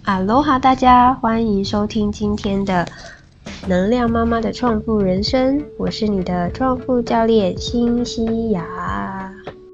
哈喽哈，大家欢迎收听今天的能量妈妈的创富人生，我是你的创富教练辛西亚。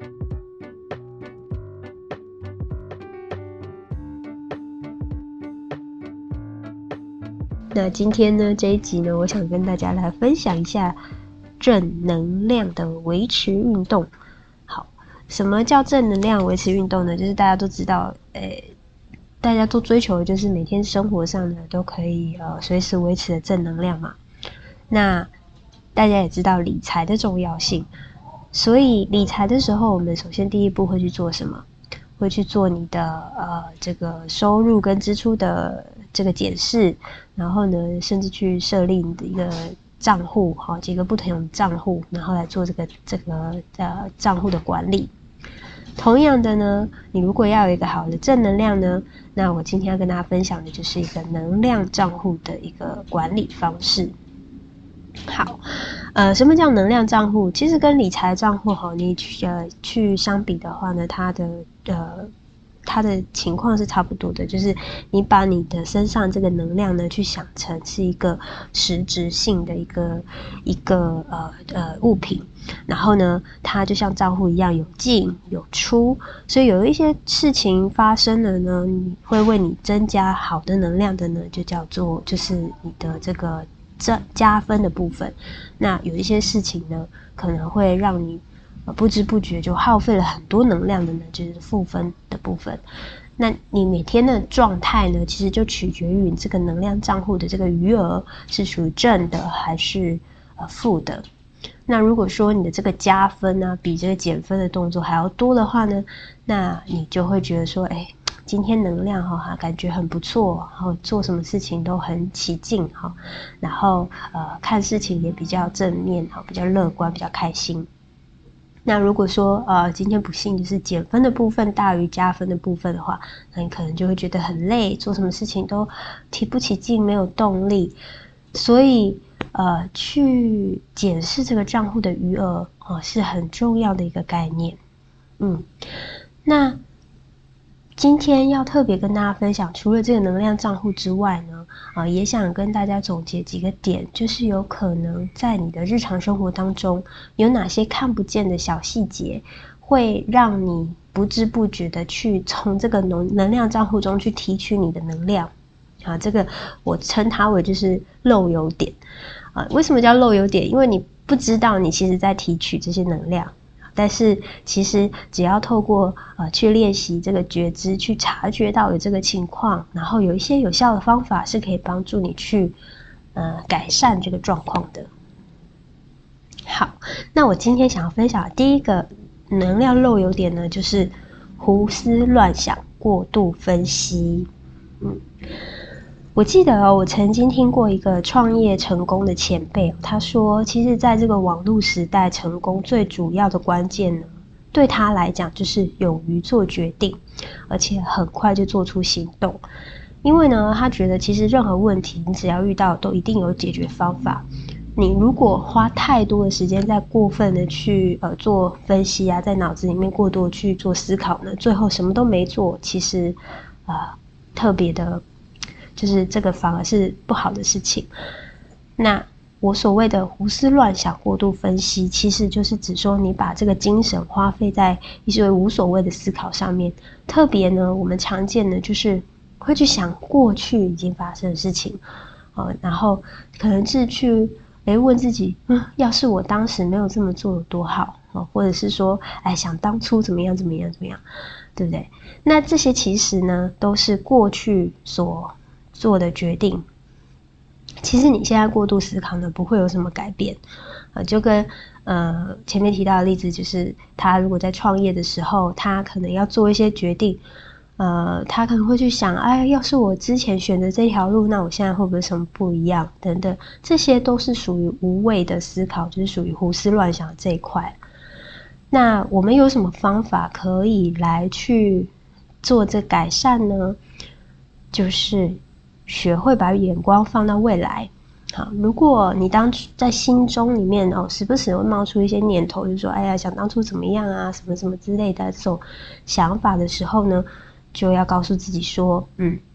那今天呢，这一集呢，我想跟大家来分享一下正能量的维持运动。好，什么叫正能量维持运动呢？就是大家都知道，大家都追求的就是每天生活上呢都可以随时维持的正能量嘛。那大家也知道理财的重要性，所以理财的时候，我们首先第一步会去做什么？会去做你的这个收入跟支出的这个检视，然后呢，甚至去设立你的一个账户，几个不同的账户，然后来做这个账户的管理。同样的呢，你如果要有一个好的正能量呢，那我今天要跟大家分享的就是一个能量账户的一个管理方式。好，什么叫能量账户？其实跟理财账户你去相比的话呢，它的情况是差不多的，就是你把你的身上这个能量呢，去想成是一个实质性的一个物品，然后呢，它就像账户一样有进有出，所以有一些事情发生了呢，你会为你增加好的能量的呢，就叫做就是你的这个加分的部分。那有一些事情呢，可能会让你不知不觉就耗费了很多能量的呢，就是负分的部分。那你每天的状态呢，其实就取决于你这个能量账户的这个余额是属于正的还是负的。那如果说你的这个加分啊，比这个减分的动作还要多的话呢，那你就会觉得说，今天能量感觉很不错，然后做什么事情都很起劲，然后看事情也比较正面，比较乐观，比较开心。那如果说今天不幸就是减分的部分大于加分的部分的话，那你可能就会觉得很累，做什么事情都提不起劲，没有动力。所以去检视这个账户的余额是很重要的一个概念。那今天要特别跟大家分享，除了这个能量账户之外呢，也想跟大家总结几个点，就是有可能在你的日常生活当中，有哪些看不见的小细节，会让你不知不觉的去从这个能量账户中去提取你的能量。这个我称它为就是漏油点。为什么叫漏油点？因为你不知道你其实在提取这些能量。但是其实只要透过去练习这个觉知，去察觉到有这个情况，然后有一些有效的方法是可以帮助你去改善这个状况的。好，那我今天想要分享的第一个能量漏油点呢，就是胡思乱想、过度分析。我记得我曾经听过一个创业成功的前辈，他说其实在这个网络时代成功最主要的关键呢，对他来讲就是勇于做决定，而且很快就做出行动。因为呢，他觉得其实任何问题你只要遇到都一定有解决方法。你如果花太多的时间在过分的去做分析啊，在脑子里面过多去做思考呢，最后什么都没做，其实特别的就是这个反而是不好的事情。那我所谓的胡思乱想、过度分析，其实就是指说你把这个精神花费在一些无所谓的思考上面。特别呢，我们常见的就是会去想过去已经发生的事情，然后可能是去问自己，要是我当时没有这么做有多好，或者是说，想当初怎么样怎么样怎么样，对不对？那这些其实呢，都是过去所做的决定。其实你现在过度思考呢，不会有什么改变。就跟前面提到的例子，就是他如果在创业的时候，他可能要做一些决定，他可能会去想，要是我之前选择这条路，那我现在会不会什么不一样等等，这些都是属于无谓的思考，就是属于胡思乱想这一块。那我们有什么方法可以来去做这改善呢？就是学会把眼光放到未来。好，如果你当初在心中里面时不时会冒出一些念头，就是说想当初怎么样啊，什么什么之类的这种想法的时候呢，就要告诉自己说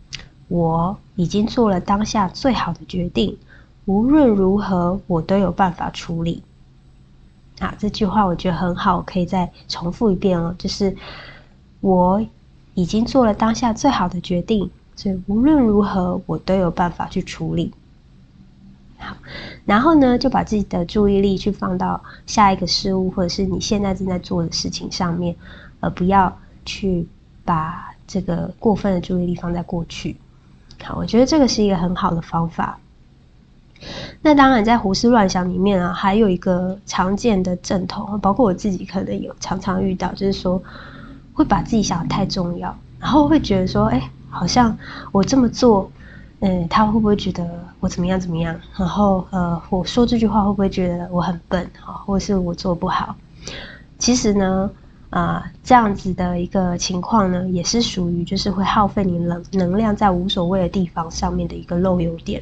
我已经做了当下最好的决定，无论如何我都有办法处理。这句话我觉得很好，可以再重复一遍哦，就是我已经做了当下最好的决定，所以无论如何我都有办法去处理。好，然后呢，就把自己的注意力去放到下一个事物，或者是你现在正在做的事情上面，而不要去把这个过分的注意力放在过去。好，我觉得这个是一个很好的方法。那当然在胡思乱想里面还有一个常见的症头，包括我自己可能有常常遇到，就是说会把自己想得太重要，然后会觉得说好像我这么做他会不会觉得我怎么样怎么样，然后我说这句话会不会觉得我很笨，或者是我做不好。其实呢这样子的一个情况呢，也是属于就是会耗费你能量在无所谓的地方上面的一个漏油点。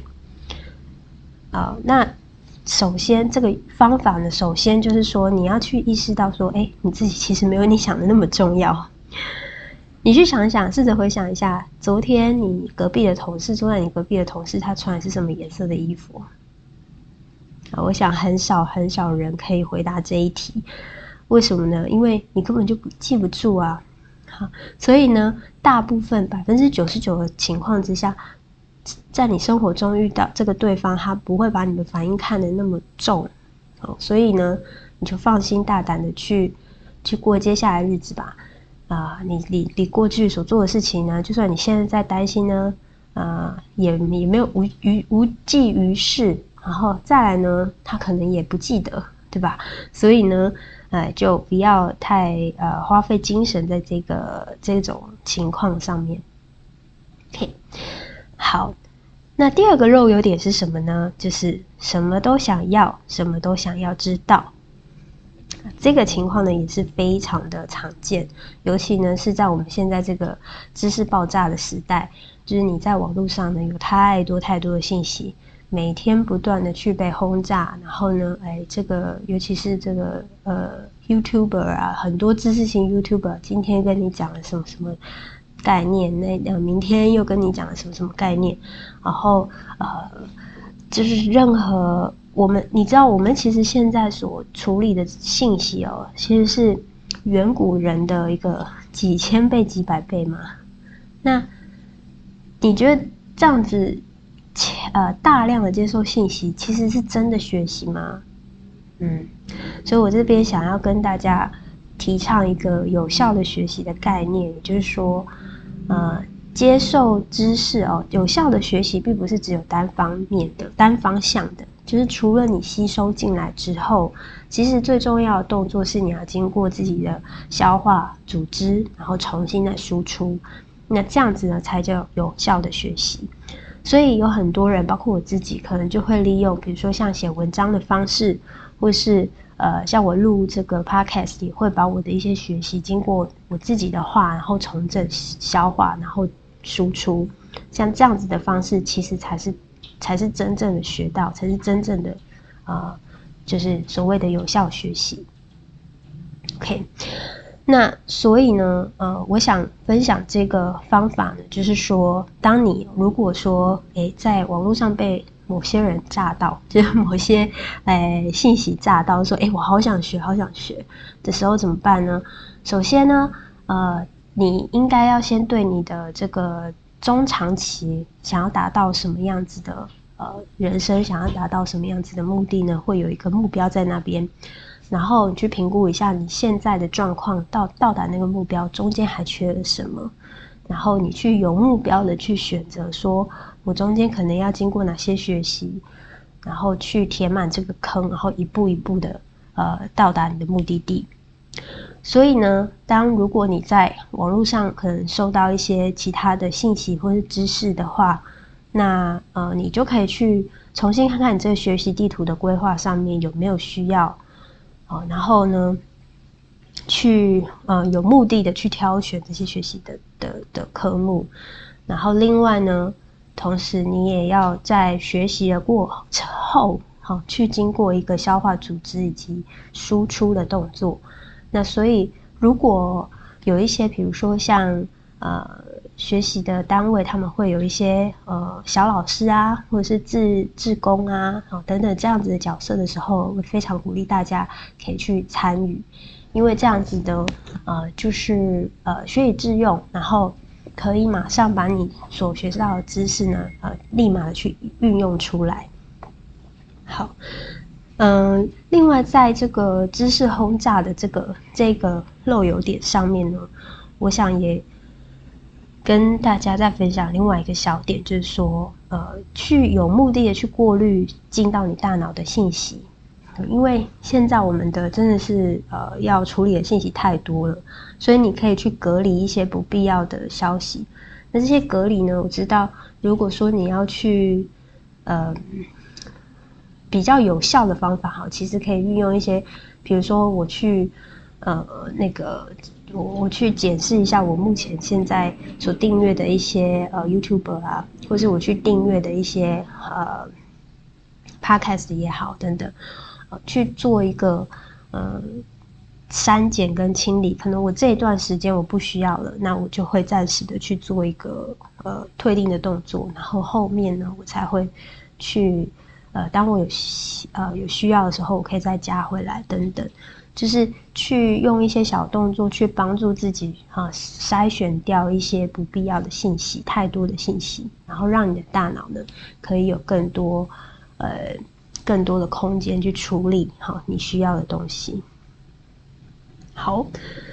那首先这个方法呢，首先就是说你要去意识到说你自己其实没有你想的那么重要。你去想一想，试着回想一下，昨天你隔壁的同事，坐在你隔壁的同事，他穿的是什么颜色的衣服？我想很少很少人可以回答这一题。为什么呢？因为你根本就记不住啊。好，所以呢，大部分99%的情况之下，在你生活中遇到这个对方，他不会把你的反应看得那么重。所以呢，你就放心大胆的去过接下来的日子吧。你过去所做的事情呢，就算你现在在担心呢，也没有无济于事。然后再来呢，他可能也不记得，对吧？所以呢，就不要太花费精神在这种情况上面。OK， 好，那第二个漏油点是什么呢？就是什么都想要，什么都想要知道。这个情况呢也是非常的常见，尤其呢是在我们现在这个知识爆炸的时代，就是你在网络上呢有太多太多的信息，每天不断的去被轰炸，然后呢这个尤其是这个YouTuber 很多知识型 YouTuber 今天跟你讲了什么什么概念，明天又跟你讲了什么什么概念，然后就是任何你知道我们其实现在所处理的信息其实是远古人的一个几千倍几百倍嘛。那你觉得这样子大量的接受信息其实是真的学习吗？所以我这边想要跟大家提倡一个有效的学习的概念，也就是说接受知识有效的学习并不是只有单方面的单方向的，就是除了你吸收进来之后，其实最重要的动作是你要经过自己的消化组织，然后重新的输出，那这样子呢才叫有效的学习。所以有很多人包括我自己可能就会利用比如说像写文章的方式，或是像我录这个 podcast 也会把我的一些学习经过我自己的话，然后重整消化，然后输出，像这样子的方式其实才是真正的学到，才是真正的就是所谓的有效学习。 OK， 那所以呢我想分享这个方法呢，就是说当你如果说在网络上被某些人炸到，就是某些信息炸到说我好想学的时候怎么办呢？首先呢你应该要先对你的这个中长期想要达到什么样子的人生，想要达到什么样子的目的呢，会有一个目标在那边，然后你去评估一下你现在的状况，到达那个目标中间还缺了什么，然后你去有目标的去选择说我中间可能要经过哪些学习，然后去填满这个坑，然后一步一步的到达你的目的地。所以呢，如果你在网络上可能收到一些其他的信息或是知识的话，那你就可以去重新看看你这个学习地图的规划上面有没有需要然后呢去有目的的去挑选这些学习的科目，然后另外呢同时你也要在学习的过后去经过一个消化组织以及输出的动作。那所以如果有一些比如说像学习的单位他们会有一些小老师啊，或者是志工啊，等等这样子的角色的时候，我非常鼓励大家可以去参与，因为这样子的就是学以致用，然后可以马上把你所学到的知识呢立马的去运用出来。好，另外在这个知识轰炸的这个漏油点上面呢，我想也跟大家再分享另外一个小点，就是说去有目的的去过滤进到你大脑的信息，因为现在我们的真的是要处理的信息太多了，所以你可以去隔离一些不必要的消息。那这些隔离呢，我知道如果说你要去比较有效的方法，其实可以运用一些，比如说我去我去检视一下我目前现在所订阅的一些YouTuber 啊，或是我去订阅的一些Podcast 也好等等，去做一个删减跟清理。可能我这一段时间我不需要了，那我就会暂时的去做一个退订的动作，然后后面呢我才会去当我有需要的时候，我可以再加回来等等。就是去用一些小动作去帮助自己筛选掉一些不必要的信息，太多的信息，然后让你的大脑呢可以有更多的空间去处理你需要的东西。好，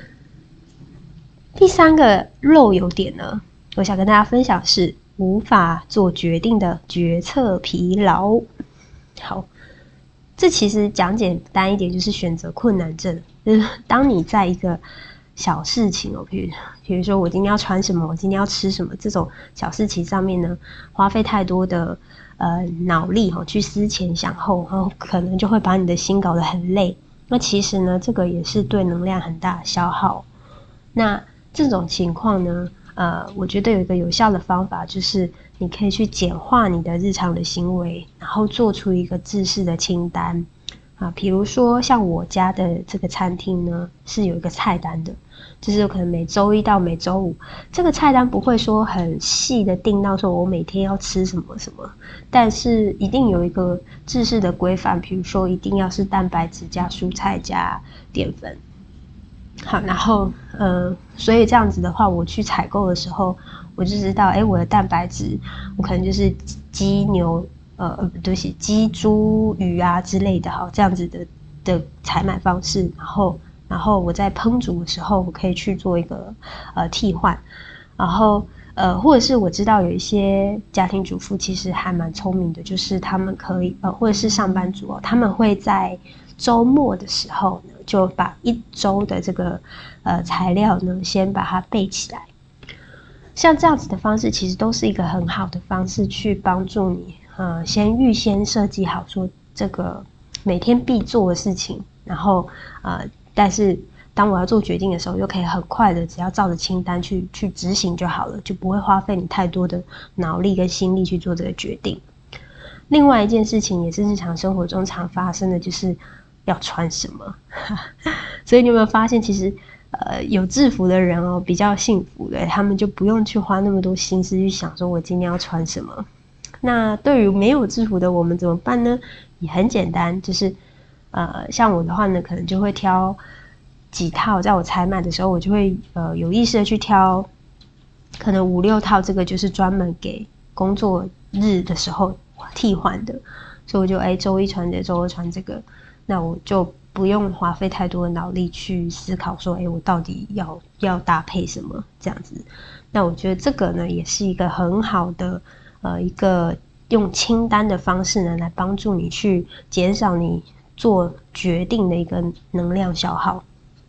第三个漏油点呢，我想跟大家分享是无法做决定的决策疲劳。好，这其实讲简单一点就是选择困难症，就是当你在一个小事情比如说我今天要穿什么，我今天要吃什么这种小事情上面呢，花费太多的脑力去思前想后，然后可能就会把你的心搞得很累。那其实呢，这个也是对能量很大的消耗。那这种情况呢，我觉得有一个有效的方法，就是你可以去简化你的日常的行为，然后做出一个制式的清单比如说像我家的这个餐厅呢，是有一个菜单的，就是可能每周一到每周五，这个菜单不会说很细的定到说我每天要吃什么什么，但是一定有一个制式的规范，比如说一定要是蛋白质加蔬菜加淀粉。好，然后所以这样子的话，我去采购的时候，我就知道，我的蛋白质，我可能就是鸡牛对不起，鸡猪鱼啊之类的这样子的采买方式，然后我在烹煮的时候，我可以去做一个替换，然后或者是我知道有一些家庭主妇其实还蛮聪明的，就是他们可以或者是上班族他们会在周末的时候呢，就把一周的这个材料呢，先把它备起来。像这样子的方式，其实都是一个很好的方式，去帮助你先预先设计好说这个每天必做的事情，然后但是当我要做决定的时候，又可以很快的，只要照着清单去执行就好了，就不会花费你太多的脑力跟心力去做这个决定。另外一件事情也是日常生活中常发生的，就是要穿什么所以你有没有发现，其实有制服的人比较幸福的，他们就不用去花那么多心思去想说我今天要穿什么。那对于没有制服的我们怎么办呢？也很简单，就是像我的话呢，可能就会挑几套，在我采买的时候，我就会有意识的去挑可能5-6套，这个就是专门给工作日的时候替换的，所以我就周一穿这个，周二穿这个，那我就不用花费太多的脑力去思考说我到底要搭配什么这样子。那我觉得这个呢也是一个很好的一个用清单的方式呢来帮助你去减少你做决定的一个能量消耗。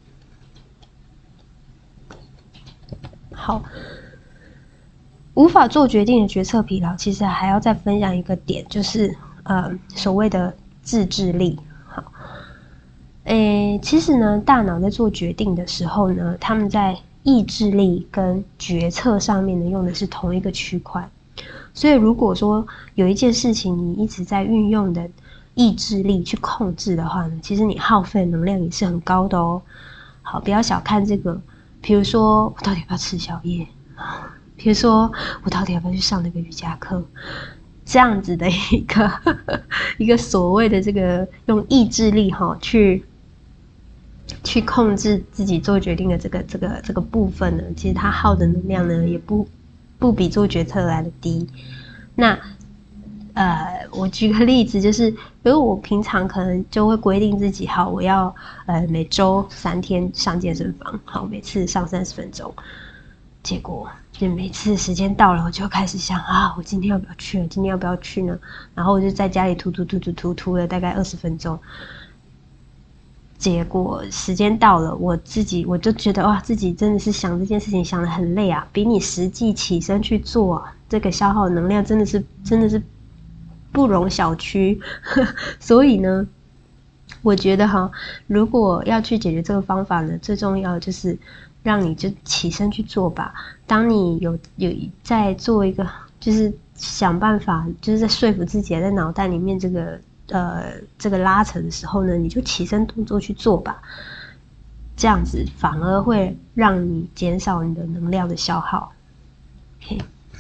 好，无法做决定的决策疲劳，其实还要再分享一个点，就是所谓的自制力。好，其实呢，大脑在做决定的时候呢，他们在意志力跟决策上面呢用的是同一个区块。所以如果说有一件事情你一直在运用的意志力去控制的话呢，其实你耗费能量也是很高的好，不要小看这个。比如说我到底要不要吃宵夜， 比如说我到底要不要去上那个瑜伽课，这样子的一个所谓的这个用意志力去控制自己做决定的这个部分呢，其实它耗的能量呢也不比做决策来的低。那我举个例子，就是比如我平常可能就会规定自己，好，我要每周3天上健身房，好，每次上30分钟。结果就每次时间到了，我就开始想啊，我今天要不要去呢？今天要不要去呢？然后我就在家里涂了大概20分钟。结果时间到了，我就觉得哇，自己真的是想这件事情想得很累啊，比你实际起身去做啊，这个消耗能量真的是不容小觑。所以呢，我觉得如果要去解决这个方法呢，最重要的就是让你就起身去做吧。当你有在做一个，就是想办法，就是在说服自己在脑袋里面这个拉扯的时候呢，你就起身动作去做吧。这样子反而会让你减少你的能量的消耗。OK，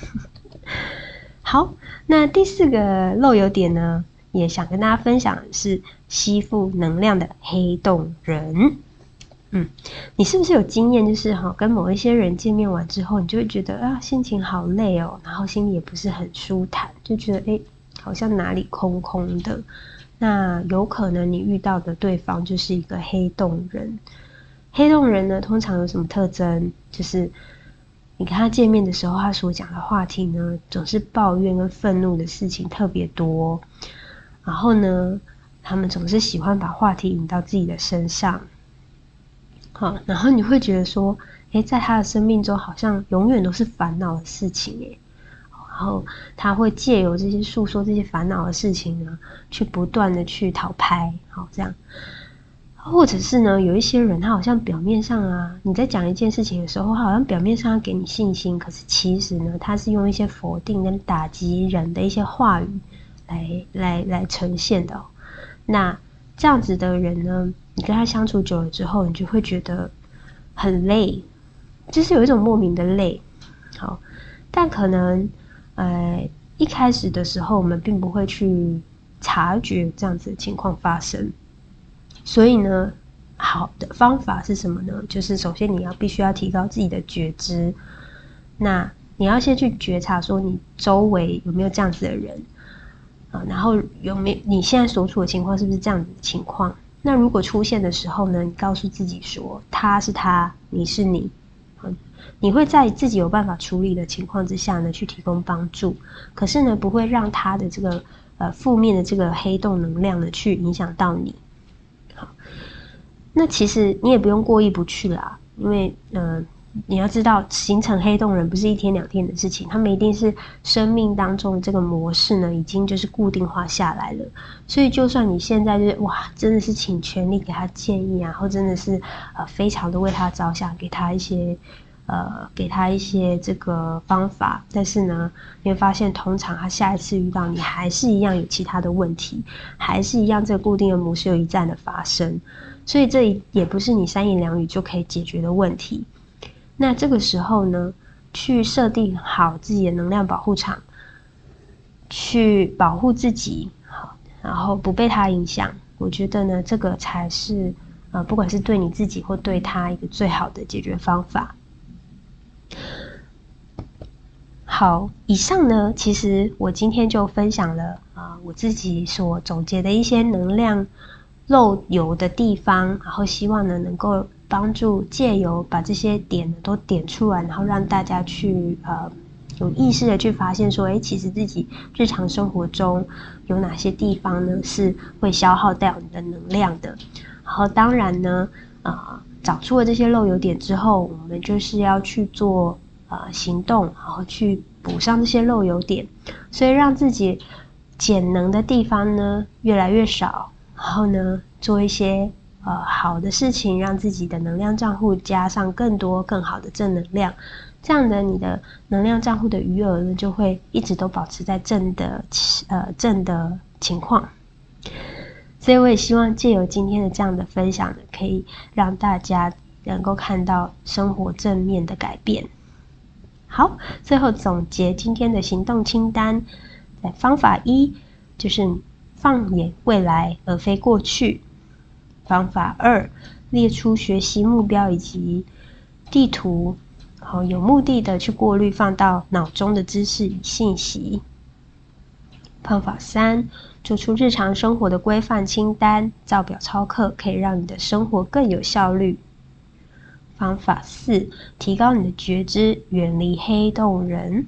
好，那第4个漏油点呢，也想跟大家分享的是吸附能量的黑洞人。你是不是有经验，就是跟某一些人见面完之后，你就会觉得啊，心情好累哦，然后心里也不是很舒坦，就觉得好像哪里空空的。那有可能你遇到的对方就是一个黑洞人。黑洞人呢，通常有什么特征？就是你跟他见面的时候，他所讲的话题呢，总是抱怨跟愤怒的事情特别多。然后呢，他们总是喜欢把话题引到自己的身上。好，然后你会觉得说，在他的生命中好像永远都是烦恼的事情然后他会借由这些诉说这些烦恼的事情呢，去不断的去讨拍，好这样。或者是呢，有一些人他好像表面上啊，你在讲一件事情的时候，他好像表面上要给你信心，可是其实呢，他是用一些否定跟打击人的一些话语来呈现的那这样子的人呢，你跟他相处久了之后，你就会觉得很累，就是有一种莫名的累。好，但可能一开始的时候我们并不会去察觉这样子的情况发生。所以呢，好的方法是什么呢？就是首先你必须要提高自己的觉知。那你要先去觉察说你周围有没有这样子的人然后有没有你现在所处的情况是不是这样子的情况？那如果出现的时候呢，你告诉自己说他是他，你是你，你会在自己有办法处理的情况之下呢，去提供帮助。可是呢，不会让他的这个负面的这个黑洞能量呢，去影响到你。好，那其实你也不用过意不去啦，因为你要知道，形成黑洞人不是1天2天的事情，他们一定是生命当中这个模式呢，已经就是固定化下来了。所以就算你现在就是真的是请全力给他建议啊，或真的是非常的为他着想，给他一些这个方法，但是呢，你会发现通常他下一次遇到你还是一样有其他的问题，还是一样这个固定的模式又一再的发生。所以这也不是你3言2语就可以解决的问题。那这个时候呢，去设定好自己的能量保护场，去保护自己，好，然后不被他影响。我觉得呢，这个才是不管是对你自己或对他一个最好的解决方法。好，以上呢，其实我今天就分享了我自己所总结的一些能量漏油的地方，然后希望呢能够帮助借由把这些点都点出来，然后让大家去有意识的去发现说，其实自己日常生活中有哪些地方呢是会消耗掉你的能量的。然后当然呢找出了这些漏油点之后，我们就是要去做行动，然后去补上这些漏油点，所以让自己减能的地方呢越来越少，然后呢做一些好的事情，让自己的能量账户加上更多更好的正能量，这样的你的能量账户的余额呢就会一直都保持在正的情况。所以我也希望借由今天的这样的分享呢，可以让大家能够看到生活正面的改变。 好，最后总结今天的行动清单。方法1就是放眼未来而非过去。方法2，列出学习目标以及地图，有目的的去过滤放到脑中的知识与信息。方法3，做出日常生活的规范清单，照表操课，可以让你的生活更有效率。方法4，提高你的觉知，远离黑洞人。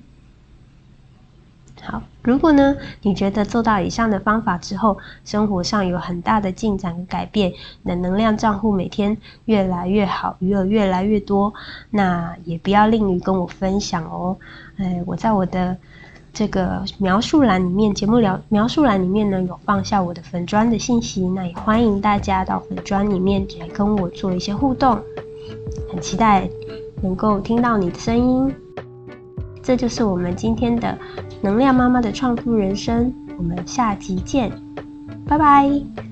好，如果呢，你觉得做到以上的方法之后，生活上有很大的进展和改变，你的能量账户每天越来越好，余额越来越多，那也不要吝于跟我分享哦。我在我的这个描述栏里面，节目描述栏里面呢，有放下我的粉专的信息，那也欢迎大家到粉专里面来跟我做一些互动，很期待能够听到你的声音。这就是我们今天的能量妈妈的创富人生，我们下集见，拜拜。